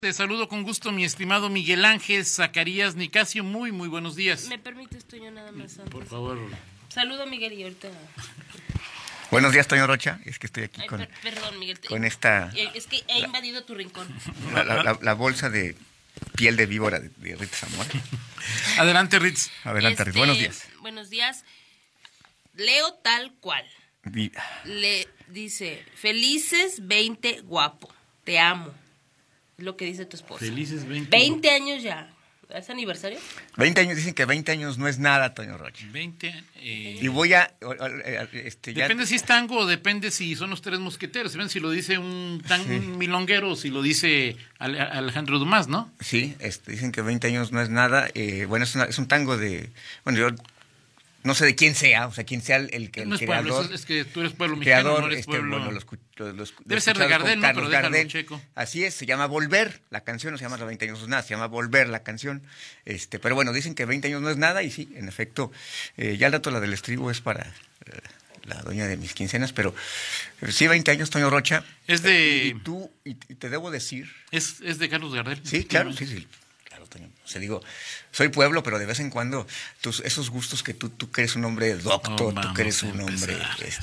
Te saludo con gusto, mi estimado Miguel Ángel Zacarías Nicasio. Muy buenos días. ¿Me permites, Toño, nada más antes? Por favor. Saludo a Miguel y ahorita... Buenos días, Toño Rocha. Es que estoy aquí perdón, Miguel. con esta... Es que he invadido tu rincón. La bolsa de piel de víbora de Ritz Zamora. Adelante, Ritz. Adelante, Ritz. Buenos días. Buenos días. Leo tal cual. Vi- Le dice, felices 20, guapo. Te amo. Es lo que dice tu esposa. Felices 20. 20 años ya. ¿Es aniversario? 20 años, dicen que 20 años no es nada, Toño Rocha. 20. Y voy a... ya- Depende si es tango o depende si son los tres mosqueteros. ¿Ven? Si lo dice un milonguero o si lo dice Alejandro Dumas, ¿no? Sí, dicen que 20 años no es nada. Bueno, es un tango de... Bueno, yo no sé de quién sea, o sea, quién sea el No es pueblo, creador. es que tú eres pueblo mexicano, Creador, no eres pueblo... bueno, Debe ser de Gardel, ¿no? Pero déjalo, Gardel. checo. Así es, se llama Volver, la canción, no se llama 20 años no es nada, se llama Volver la canción. Pero bueno, dicen que 20 años no es nada, y sí, en efecto, ya al rato la del estribo es para la dueña de mis quincenas, pero sí, 20 años, Toño Rocha. Es de... Y te debo decir... Es de Carlos Gardel. Sí, claro, sí. Claro, Toño. O sea, digo, soy pueblo, pero de vez en cuando esos gustos que tú que eres un hombre doctor, tú que eres un hombre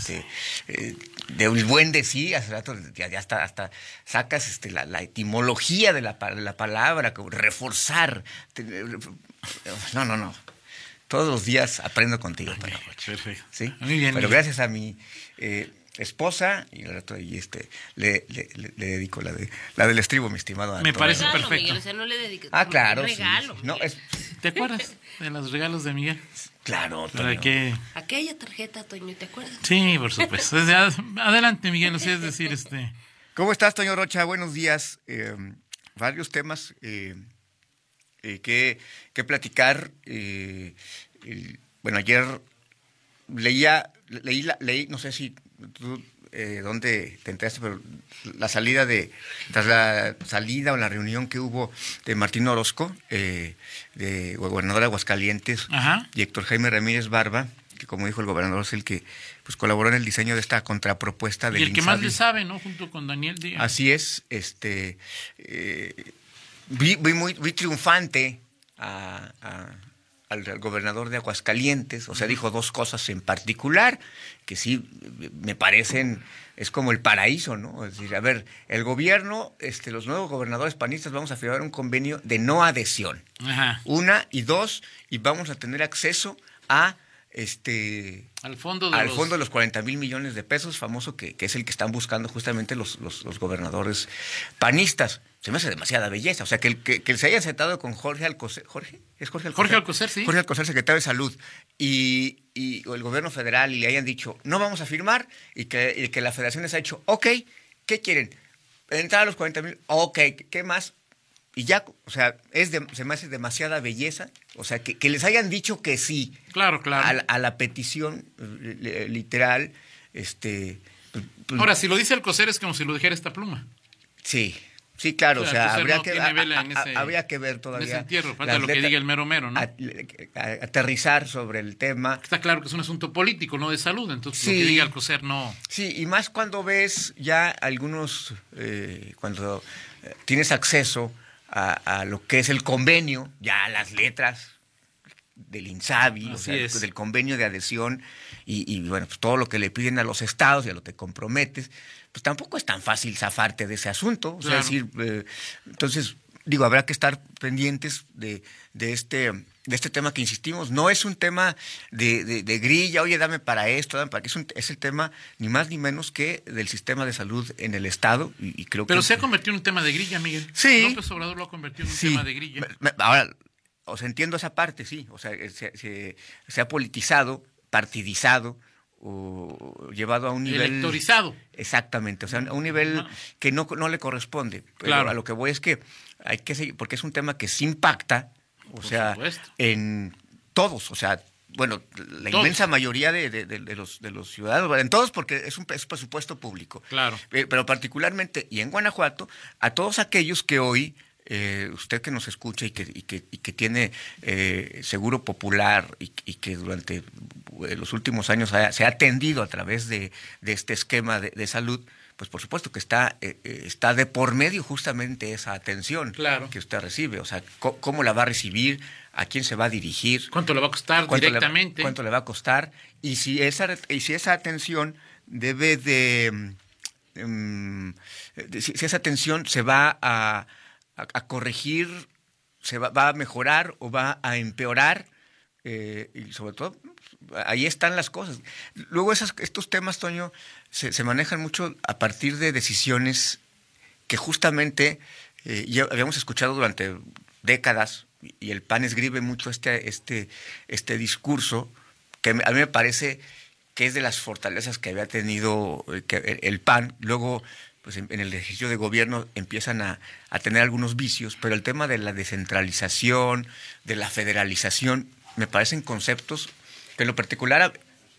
de un buen decir, hace rato ya hasta sacas la etimología de la palabra, como reforzar. No. Todos los días aprendo contigo, Toño Rocha. Perfecto. ¿Sí? Muy bien. Pero gracias a mi esposa, y el rato ahí le dedico la del estribo, mi estimado Me Antonio. parece Regalo, perfecto. Miguel, o sea, no le dedicas. Claro, un sí. regalo. No, Miguel. ¿Te acuerdas de los regalos de Miguel? Claro, ¿Para Toño. qué? Aquella tarjeta, Toño, ¿te acuerdas? Sí, por supuesto. Adelante, Miguel, no sé, es decir, ¿Cómo estás, Toño Rocha? Buenos días. Varios temas que platicar. Bueno, ayer leí, no sé si tú dónde te enteraste, pero tras la salida o la reunión que hubo de Martín Orozco, de gobernador de Aguascalientes, Ajá. y Héctor Jaime Ramírez Barba, que como dijo el gobernador es el que pues colaboró en el diseño de esta contrapropuesta del y el que más INSABI. le sabe, ¿no? Junto con Daniel Díaz. Así es, vi triunfante al gobernador de Aguascalientes, o sea, dijo dos cosas en particular que sí me parecen, es como el paraíso, ¿no? Es decir, a ver, el gobierno, los nuevos gobernadores panistas vamos a firmar un convenio de no adhesión. Ajá. Una, y dos, y vamos a tener acceso a Al fondo de los 40,000 millones de pesos, famoso que es el que están buscando justamente los gobernadores panistas. Se me hace demasiada belleza. O sea, que se hayan sentado con Jorge Alcocer. ¿Es Jorge Alcocer? Jorge Alcocer, sí. Jorge Alcocer, secretario de Salud, o el gobierno federal, y le hayan dicho, no vamos a firmar, y que la federación les ha dicho, ok, ¿qué quieren? Entrar a los 40,000, ok, ¿qué más? Y ya, o sea, se me hace demasiada belleza, o sea, que les hayan dicho que sí. Claro. A la petición literal, Ahora, si lo dice Alcocer es como si lo dijera esta pluma. Sí, claro, o sea, Alcocer habría que ver todavía. En ese entierro, falta lo que diga el mero, ¿no? Aterrizar sobre el tema. Está claro que es un asunto político, no de salud, entonces Sí. lo que diga Alcocer no... Sí, y más cuando ves ya cuando tienes acceso a lo que es el convenio, ya a las letras del INSABI, o sea, es. del convenio de adhesión, y bueno, pues todo lo que le piden a los estados y a lo que te comprometes, pues tampoco es tan fácil zafarte de ese asunto. O sea, Claro. es decir, entonces, digo, habrá que estar pendientes de este tema que insistimos. No es un tema de grilla, oye, dame para esto, dame para aquello. Es el tema ni más ni menos que del sistema de salud en el Estado, y creo Pero que... se ha convertido en un tema de grilla, Miguel. Sí. López Obrador lo ha convertido en un Sí. tema de grilla. Ahora, o sea, entiendo esa parte, sí. O sea, se ha politizado, partidizado, o llevado a un nivel... Electorizado. Exactamente, o sea, a un nivel que no le corresponde. Pero Claro. a lo que voy es que hay que seguir, porque es un tema que sí impacta, o Por sea, supuesto. en todos, o sea, bueno, la Todos. inmensa mayoría de los ciudadanos, bueno, en todos, porque es presupuesto público. Claro. Pero particularmente, y en Guanajuato, a todos aquellos que hoy, usted que nos escucha y que tiene seguro popular, y que durante los últimos años se ha atendido a través de este esquema de salud, pues por supuesto que está de por medio justamente esa atención que usted recibe. O sea, cómo la va a recibir, a quién se va a dirigir. ¿Cuánto le va a costar directamente? ¿Cuánto le va a costar? Y si esa atención debe de... si esa atención se va a corregir, va a mejorar o va a empeorar, y sobre todo, ahí están las cosas. Luego estos temas, Toño, se manejan mucho a partir de decisiones que justamente ya habíamos escuchado durante décadas, y el PAN esgribe mucho este discurso, que a mí me parece que es de las fortalezas que había tenido el PAN. Luego, pues en el ejercicio de gobierno empiezan a tener algunos vicios, pero el tema de la descentralización, de la federalización, me parecen conceptos que en lo particular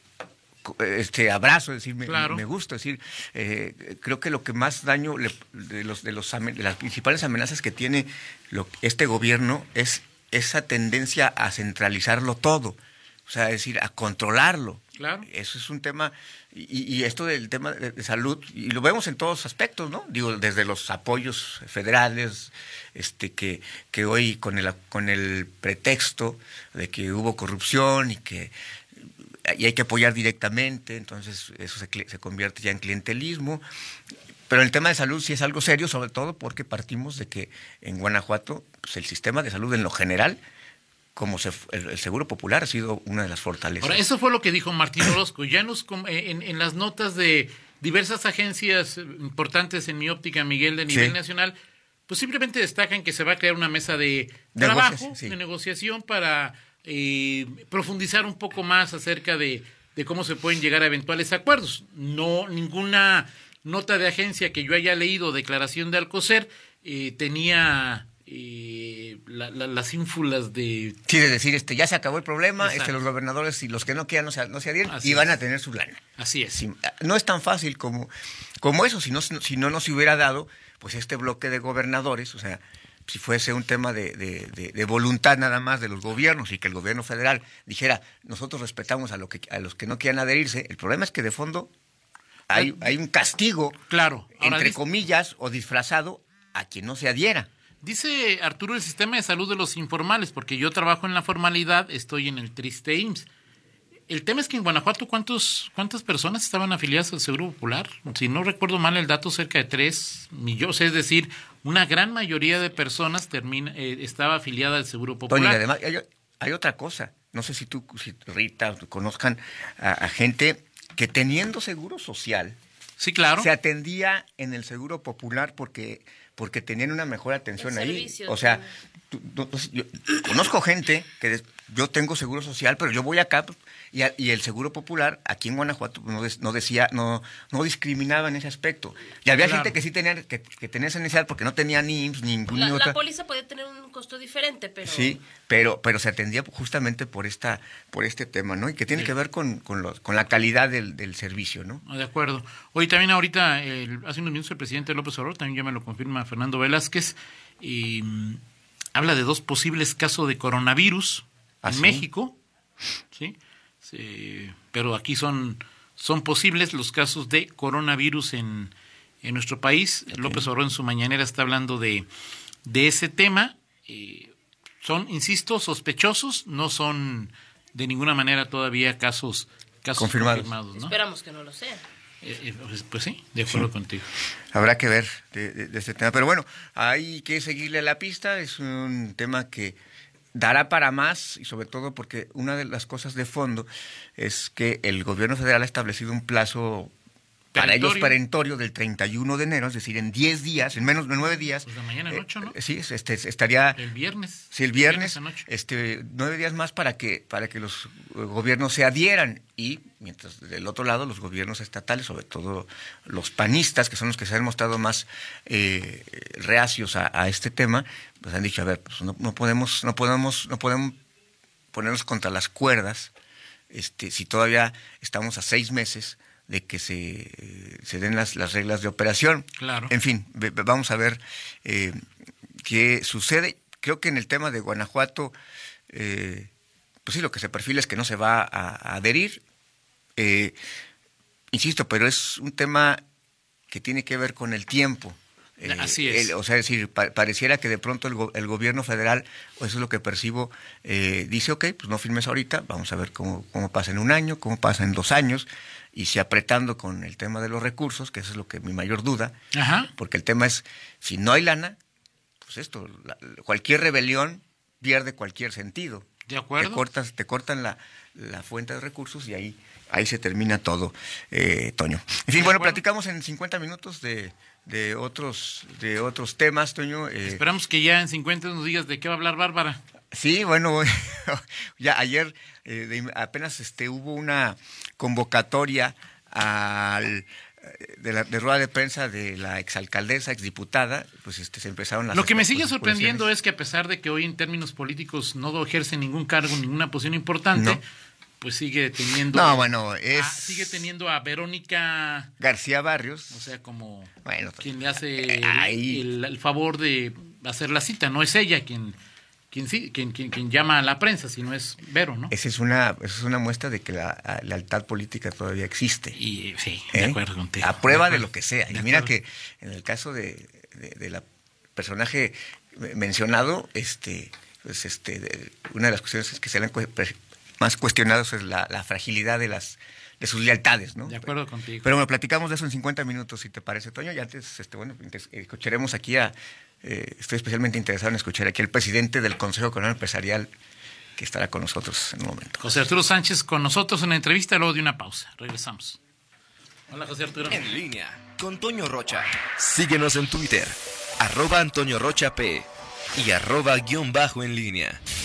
abrazo, es decir, me gusta, es decir, creo que lo que más daño de las principales amenazas que tiene este gobierno es esa tendencia a centralizarlo todo, o sea, es decir, a controlarlo. Claro. Eso es un tema, y esto del tema de salud, y lo vemos en todos aspectos, ¿no? Digo, desde los apoyos federales, que hoy con el pretexto de que hubo corrupción y hay que apoyar directamente, entonces eso se convierte ya en clientelismo. Pero el tema de salud sí es algo serio, sobre todo porque partimos de que en Guanajuato, pues, el sistema de salud en lo general, como el Seguro Popular, ha sido una de las fortalezas. Ahora, eso fue lo que dijo Martín Orozco. Ya en las notas de diversas agencias importantes, en mi óptica, Miguel, de nivel nacional, pues simplemente destacan que se va a crear una mesa de trabajo, de negociación para profundizar un poco más acerca de cómo se pueden llegar a eventuales acuerdos. No, ninguna nota de agencia que yo haya leído, declaración de Alcocer, tenía las ínfulas de... Sí, de decir, ya se acabó el problema, los gobernadores y los que no quieran no se adhieren y van a tener su lana. Así es. Sí, no es tan fácil como eso, si no se hubiera dado pues este bloque de gobernadores, o sea, si fuese un tema de voluntad nada más de los gobiernos y que el gobierno federal dijera, nosotros respetamos a los que no quieran adherirse, el problema es que de fondo hay un castigo, claro, entre comillas, o disfrazado a quien no se adhiera. Dice Arturo, el sistema de salud de los informales, porque yo trabajo en la formalidad, estoy en el triste IMSS. El tema es que en Guanajuato, ¿cuántas personas estaban afiliadas al Seguro Popular? Si no recuerdo mal el dato, cerca de 3 millones, es decir, una gran mayoría de personas estaba afiliada al Seguro Popular. Toño, y además hay otra cosa, no sé si Rita, conozcan a gente que teniendo seguro social, sí, claro, se atendía en el Seguro Popular porque tenían una mejor atención ahí. Servicio, o sea, yo conozco gente que yo tengo seguro social, pero yo voy acá y el Seguro Popular aquí en Guanajuato no discriminaba en ese aspecto. Y había gente que sí tenía que tenía esa necesidad porque no tenía ni IMSS, ninguna otra. La póliza podía tener un costo diferente, pero... Sí, pero se atendía justamente por este tema, ¿no? Y que tiene que ver con la calidad del servicio, ¿no? De acuerdo. Hoy también ahorita, hace unos minutos el presidente López Obrador, también ya me lo confirma Fernando Velázquez, y habla de 2 posibles casos de coronavirus en México, ¿sí? Pero aquí son posibles los casos de coronavirus en nuestro país. Okay. López Obrador en su mañanera está hablando de ese tema. Son, insisto, sospechosos, no son de ninguna manera todavía casos confirmados, ¿no? Esperamos que no lo sean. Pues sí, de acuerdo contigo. Habrá que ver de este tema. Pero bueno, hay que seguirle la pista. Es un tema que dará para más, y sobre todo porque una de las cosas de fondo es que el gobierno federal ha establecido un plazo para ellos perentorio del 31 de enero, es decir, en 10 días, en menos de 9 días. Pues de mañana en 8, ¿no? Sí, estaría... El viernes. Sí, el viernes 9 días más para que los gobiernos se adhieran, y mientras del otro lado los gobiernos estatales, sobre todo los panistas, que son los que se han mostrado más reacios a este tema, pues han dicho, a ver, pues no podemos ponernos contra las cuerdas si todavía estamos a 6 meses de que se den las reglas de operación. Claro. En fin, vamos a ver qué sucede. Creo que en el tema de Guanajuato, pues sí, lo que se perfila es que no se va a adherir. Insisto, pero es un tema que tiene que ver con el tiempo. Así es. O sea, es decir, pareciera que de pronto el gobierno federal, o eso es lo que percibo, dice, ok, pues no firmes ahorita, vamos a ver cómo pasa en un año, cómo pasa en 2 años, y si apretando con el tema de los recursos, que eso es lo que mi mayor duda, porque el tema es, si no hay lana, pues cualquier rebelión pierde cualquier sentido. De acuerdo. Te cortan la fuente de recursos y ahí se termina todo, Toño. En fin, bueno, platicamos en 50 minutos de otros temas, Toño. Esperamos que ya en 50 nos digas de qué va a hablar Bárbara. Sí, bueno, ya ayer apenas hubo una convocatoria de rueda de prensa de la exalcaldesa, exdiputada, pues se empezaron las... Lo que me sigue sorprendiendo es que a pesar de que hoy en términos políticos no ejerce ningún cargo, ninguna posición importante, pues sigue teniendo... No, bueno, sigue teniendo a Verónica... García Barrios. O sea, como quien le hace el favor de hacer la cita, no es ella quien llama a la prensa, si no es Vero, ¿no? Esa es una muestra de que la lealtad política todavía existe. Y sí, de acuerdo contigo. A prueba de lo que sea. Y mira que en el caso de la personaje mencionado, una de las cuestiones que se le han más cuestionado es la fragilidad de sus lealtades, ¿no? De acuerdo contigo. Pero bueno, platicamos de eso en 50 minutos, si te parece, Toño. Y antes, escucharemos aquí estoy especialmente interesado en escuchar aquí al presidente del Consejo Económico Empresarial, que estará con nosotros en un momento. José Arturo Sánchez con nosotros en la entrevista, luego de una pausa. Regresamos. Hola, José Arturo. En línea con Toño Rocha. Síguenos en Twitter, @AntonioRochaP y @_en línea.